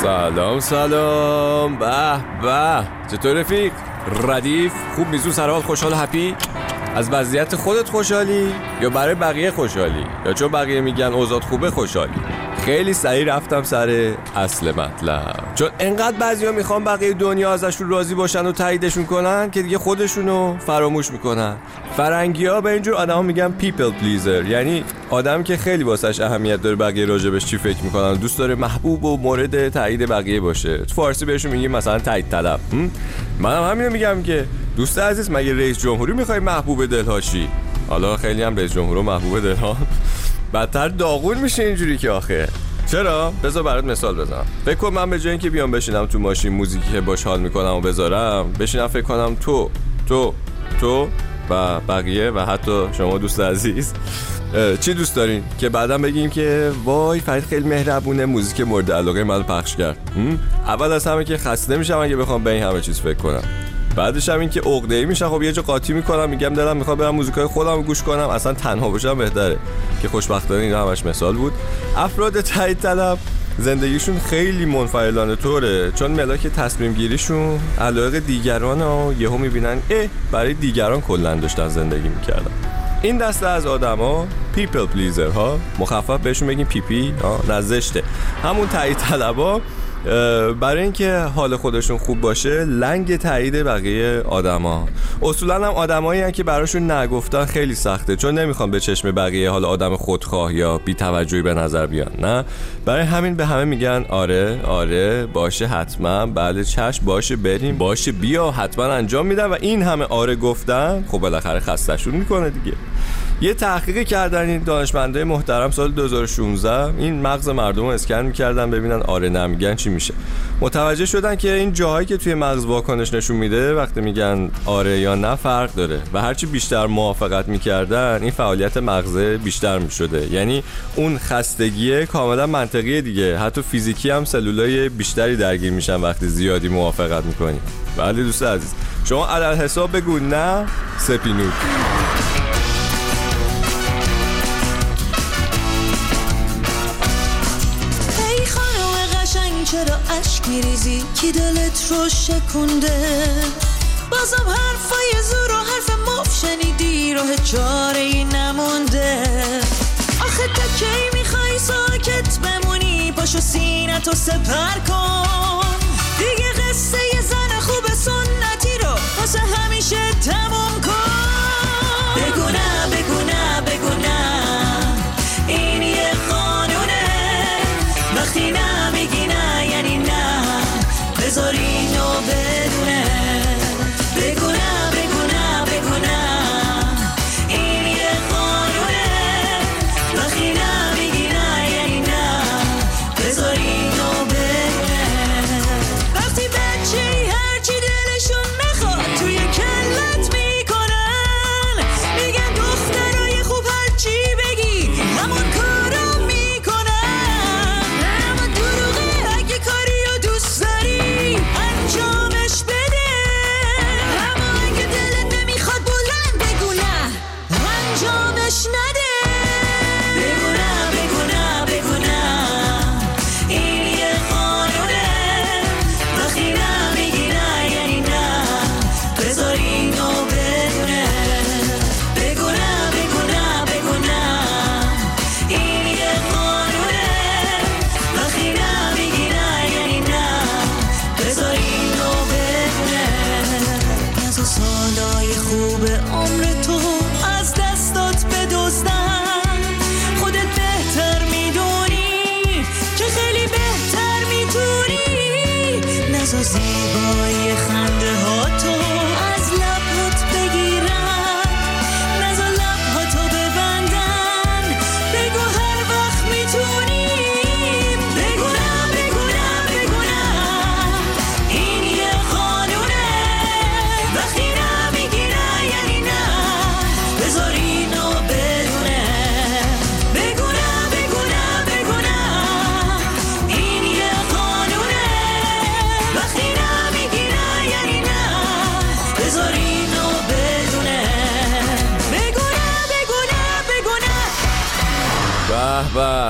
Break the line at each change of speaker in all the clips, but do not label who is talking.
سلام. به چطور رفیق؟ ردیف؟ خوب؟ میزون سرحال؟ خوشحال؟ هپی؟ از وضعیت خودت خوشحالی یا برای بقیه خوشحالی یا چون بقیه میگن اوضاع خوبه خوشحالی؟ خیلی سریع رفتم سر اصل مطلب، چون انقدر بعضیا میخوان بقیه دنیا ازشون راضی باشن و تاییدشون کنن که دیگه خودشونو فراموش میکنن. فرنگی‌ها به اینجور آدما میگن people pleaser، یعنی آدم که خیلی واسش اهمیت داره بقیه راجبش چی فکر میکنن، دوست داره محبوب و مورد تایید بقیه باشه. تو فارسی بهشون میگیم مثلا تایید طلب. منم همینو میگم که دوست عزیز، مگه رئیس جمهوری میخوای محبوب دلهاشی؟ حالا خیلی هم رئیس جمهور محبوب دلها بدتر داغون میشه اینجوری که آخه. چرا؟ بذار برات مثال بزنم. فکر کن من به جای اینکه بیام بشینم تو ماشین موزیکی که باش حال میکنم و بذارم، بشینم فکر کنم تو و بقیه و حتی شما دوست عزیز چی دوست دارین که بعدم بگیم که وای فرید خیلی مهربونه، موزیک مورد علاقه منو پخش کرد. اول از همه که خسته میشم اگه بخوام به این همه چیز فکر کنم. بعدش هم این که عقده‌ای میشم، خب یه جا قاطی میکنم، میگم دلم میخواد برم موزیکای خودم گوش کنم، اصلا تنها باشم بهتره. که خوشبختانه اینا همش مثال بود. افراد تایید طلب زندگیشون خیلی منفعلانه طوره، چون ملاک تصمیم گیریشون علاقه دیگرانو یهو میبینن برای دیگران کلا داشتن زندگی میکردن. این دسته از آدما people pleaser ها، مخفف بهشون بگیم پی پی، نزشته، همون تایید طلبا، برای اینکه حال خودشون خوب باشه لنگ تایید بقیه آدما. اصولا هم آدمایی هستن که براشون نگفتن خیلی سخته، چون نمیخوان به چشم بقیه حالا آدم خودخواه یا بی‌توجهی به نظر بیان. نه، برای همین به همه میگن آره باشه حتما، بله چشم، باشه بریم، باشه بیا، حتما انجام میدن. و این همه آره گفتن خب بالاخره خسته‌شون میکنه دیگه. یه تحقیقی کردن این دانشمندای محترم سال 2016، این مغز مردم رو اسکن میکردن ببینن آره نمیگن چی میشه. متوجه شدن که این جاهایی که توی مغز واکنش نشون میده وقتی میگن آره یا نه فرق داره و هرچی بیشتر موافقت میکردن این فعالیت مغزه بیشتر میشده. یعنی اون خستگیه کاملا منطقیه دیگه، حتی فیزیکی هم سلولای بیشتری درگیر میشن وقتی زیادی موافقت میکنی. بله دوست عزیز، شما علل حساب بگو نه سپینود.
چرا اشک میریزی؟ کی دلت رو شکونده؟ بازم حرفای زور و حرف مف شنیدی، راه چاره‌ای نمونده. آخه تا کی میخوای ساکت بمونی؟ پاشو سینه‌تو سپر کن دیگه، قصه ی زن خوب سنتی رو واسه همیشه تموم کن. بگو نه بگو نه بگو نه، این یه قانونه، وقتی نمیگی نه یعنی نه، بذار اینو بدونه. بگو نه بگو نه بگو نه، این یه قانونه، وقتی نمیگی نه یعنی نه، بذار اینو بدونه. وقتی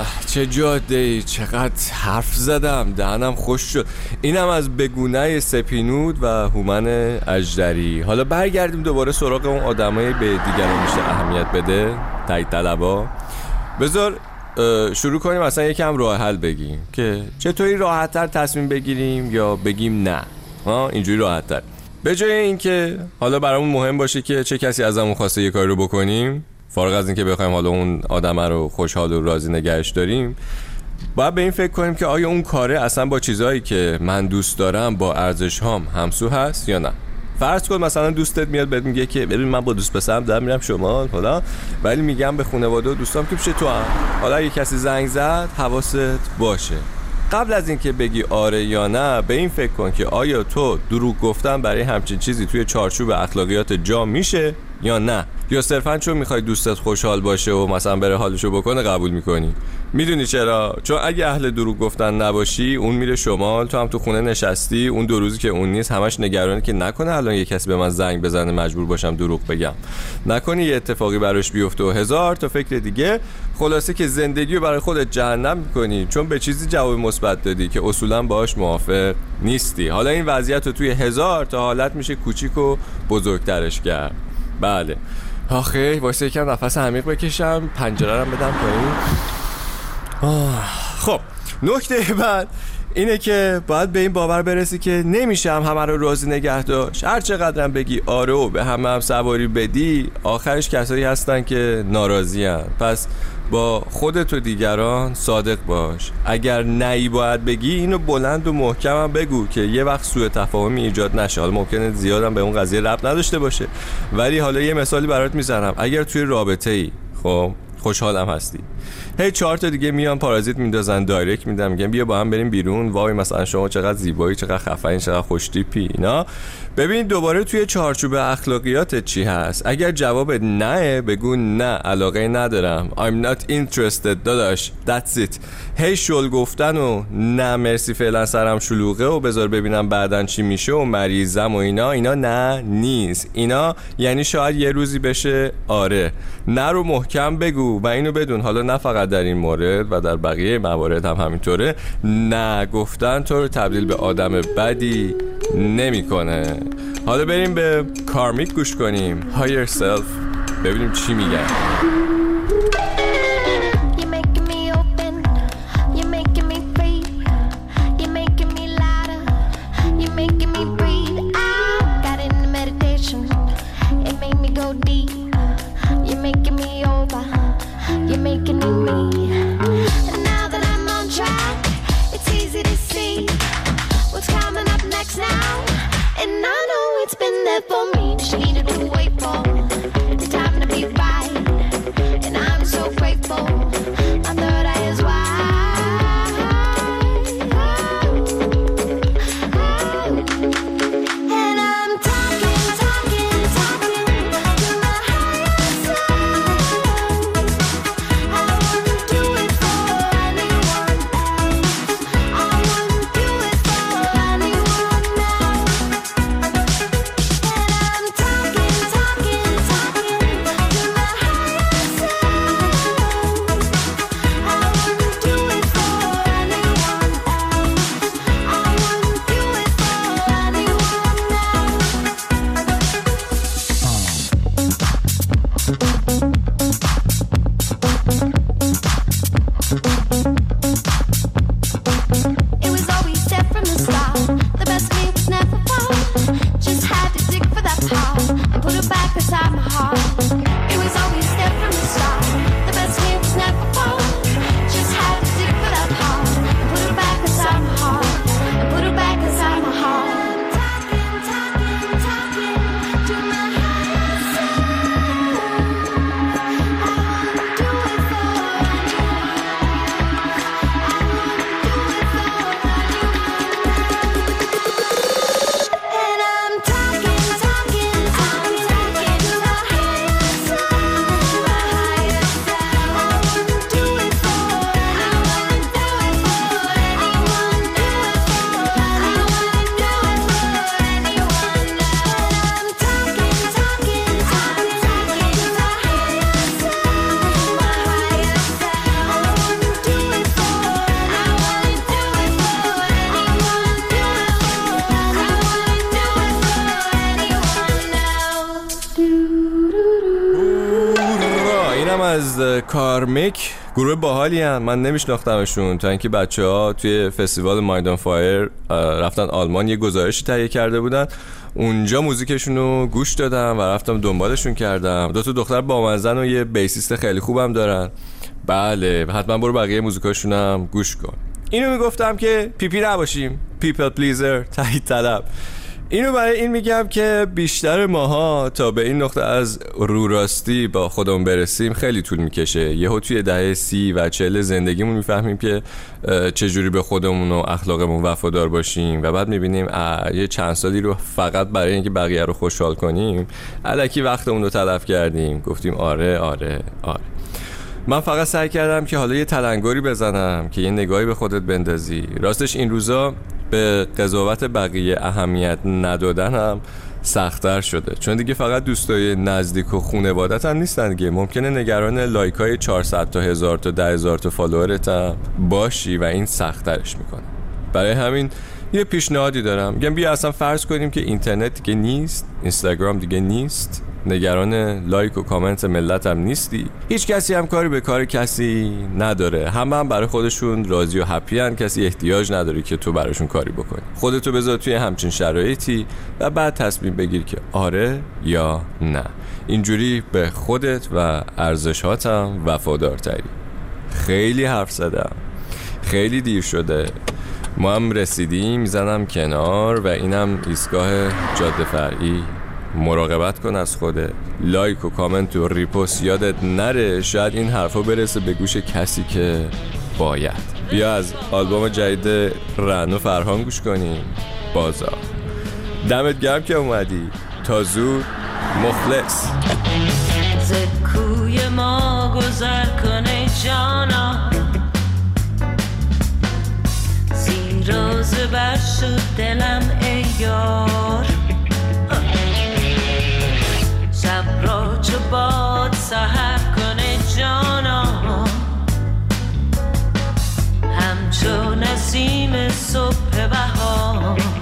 چه جاده‌ای، چقدر حرف زدم، دهنم خوش شد. اینم از بگونه سپینود و هومن اژدری. حالا برگردیم دوباره سراغ اون آدمایی به دیگران میشه اهمیت بده، تایید طلبا. بذار شروع کنیم اصلا یکم راه حل بگیم که چطوری راحت‌تر تصمیم بگیریم یا بگیم نه. اینجوری راحت‌تر، به جای اینکه حالا برامون مهم باشه که چه کسی ازمون خواسته یه کاری رو بکنیم، فارغ از اینکه بخوایم حالا اون آدم رو خوشحال و راضی نگهش داریم، باید به این فکر کنیم که آیا اون کاره اصلا با چیزایی که من دوست دارم، با ارزش‌هام همسو هست یا نه. فرض کن مثلا دوستت میاد بهت میگه که ببین من با دوست پسرم دارم میرم شمال فلان، ولی میگم به خانواده و دوستام که پیش تو هم، حالا اگه کسی زنگ زد حواست باشه. قبل از اینکه بگی آره یا نه، به این فکر کن که آیا تو دروغ گفتن برای همچین چیزی توی چارچوب اخلاقیات جا میشه یا نه، یا صرفا چون میخوای دوستت خوشحال باشه و مثلا بره حالشو بکنه قبول میکنی. میدونی چرا؟ چون اگه اهل دروغ گفتن نباشی، اون میره شمال، تو هم تو خونه نشستی، اون 2 روزی که اون نیست همش نگرانه که نکنه الان یه کسی به من زنگ بزنه مجبور باشم دروغ بگم، نکنه یه اتفاقی براش بیفته و 1000 تا فکر دیگه. خلاصه که زندگی رو برای خودت جهنم میکنی چون به چیزی جواب مثبت دادی که اصولا باهاش موافق نیستی. حالا این وضعیت رو توی 1000 تا حالت میشه کوچیک و بزرگترش کرد. بله آخه واسه یکم نفس عمیق بکشم، پنجره رو بدم پایین. خب نکته بعد اینه که باید به این باور برسی که نمیشه همه رو راضی نگه داشت. هر چقدرم بگی آره و به همه سواری بدی، آخرش کسایی هستن که ناراضی هن. پس با خودت و دیگران صادق باش. اگر نهی باید بگی، اینو بلند و محکم هم بگو که یه وقت سوء تفاهمی ایجاد نشه. حالا ممکنه زیادم به اون قضیه ربط نداشته باشه، ولی حالا یه مثالی برات میزنم. اگر توی رابطه ای خب خوشحالم هستی، 4 تا دیگه میان پارازیت میندازن، دایرکت میدن، میگن بیا با هم بریم بیرون، وای مثلا شما چقدر زیبایی، چقدر خفنی، چقدر خوش تیپی اینا. ببین دوباره توی چارچوب اخلاقیاتت چی هست. اگر جوابت نه، بگو نه، علاقه ندارم، I'm not interested داداش، that's it. شل گفتن و نه مرسی فعلا سرم شلوغه و بذار ببینم بعدن چی میشه و مریضم و اینا نه نیست. اینا یعنی شاید یه روزی بشه آره. نه رو محکم بگو و اینو بدون، حالا نه فقط در این مورد و در بقیه موارد هم همینطوره، نه گفتن تو رو تبدیل به آدم بدی نمیکنه. حالا بریم به کارمیک گوش کنیم، Higher Self، ببینیم چی میگن.
It's been there for me. Just needed to wait for the time to be right.
از کارمیک، گروه باحالی هم. من نمیشناختمشون تا اینکه بچه‌ها توی فستیوال مایند آن فایر رفتن آلمان، یه گزارشی تهیه کرده بودن، اونجا موزیکشون رو گوش دادم و رفتم دنبالشون کردم. 2 دختر بامزن و یه بیسیست خیلی خوبم دارن. بله حتما برو بقیه موزیکاشون هم گوش کن. اینو میگفتم که پیپی نباشیم، پیپل پلیزر، تایید طلب. اینو برای این میگم که بیشتر ماها تا به این نقطه از رو راستی با خودمون برسیم خیلی طول میکشه. یهو توی دهه 30 و 40 زندگیمون میفهمیم که چجوری به خودمون و اخلاقمون وفادار باشیم و بعد میبینیم یه چند سالی رو فقط برای اینکه بقیه رو خوشحال کنیم الکی وقتمون رو تلف کردیم. گفتیم آره. من فقط سعی کردم که حالا یه تلنگری بزنم که یه نگاهی به خودت بندازی. راستش این روزا به قضاوت بقیه اهمیت ندادن هم سخت‌تر شده، چون دیگه فقط دوستای نزدیک و خانواده‌ت هم نیستن دیگه. ممکنه نگران لایک‌های 400 تا 1000 تا 10000 تا فالوورت هم باشی و این سخت‌ترش میکنه. برای همین یه پیشنهادی دارم، میگم بیا اصلا فرض کنیم که اینترنت دیگه نیست، اینستاگرام دیگه نیست، نگران لایک و کامنت ملت هم نیستی، هیچ کسی هم کاری به کار کسی نداره، همه هم برای خودشون راضی و هپی ان، کسی احتیاج نداره که تو براشون کاری بکنی. خودتو بذار توی همچین شرایطی و بعد تصمیم بگیر که آره یا نه. اینجوری به خودت و ارزشاتم وفادارتری. خیلی حرف زدم، خیلی دیر شده، ما هم رسیدیم، میزنم کنار و اینم ایستگاه جاده فرعی. مراقبت کن از خوده، لایک و کامنت و ریپوست یادت نره، شاید این حرفا برسه به گوش کسی که باید. بیا از آلبوم جدید رعنا فرهان گوش کنیم، بازار. دمت گرم که اومدی، تا زود، مخلص.
زکوی ما گذر کنه جانا، زیر زبر شد دلم ای یار، شب را چو باد سحر کنه جانا، همچو نسیم صبح بهار.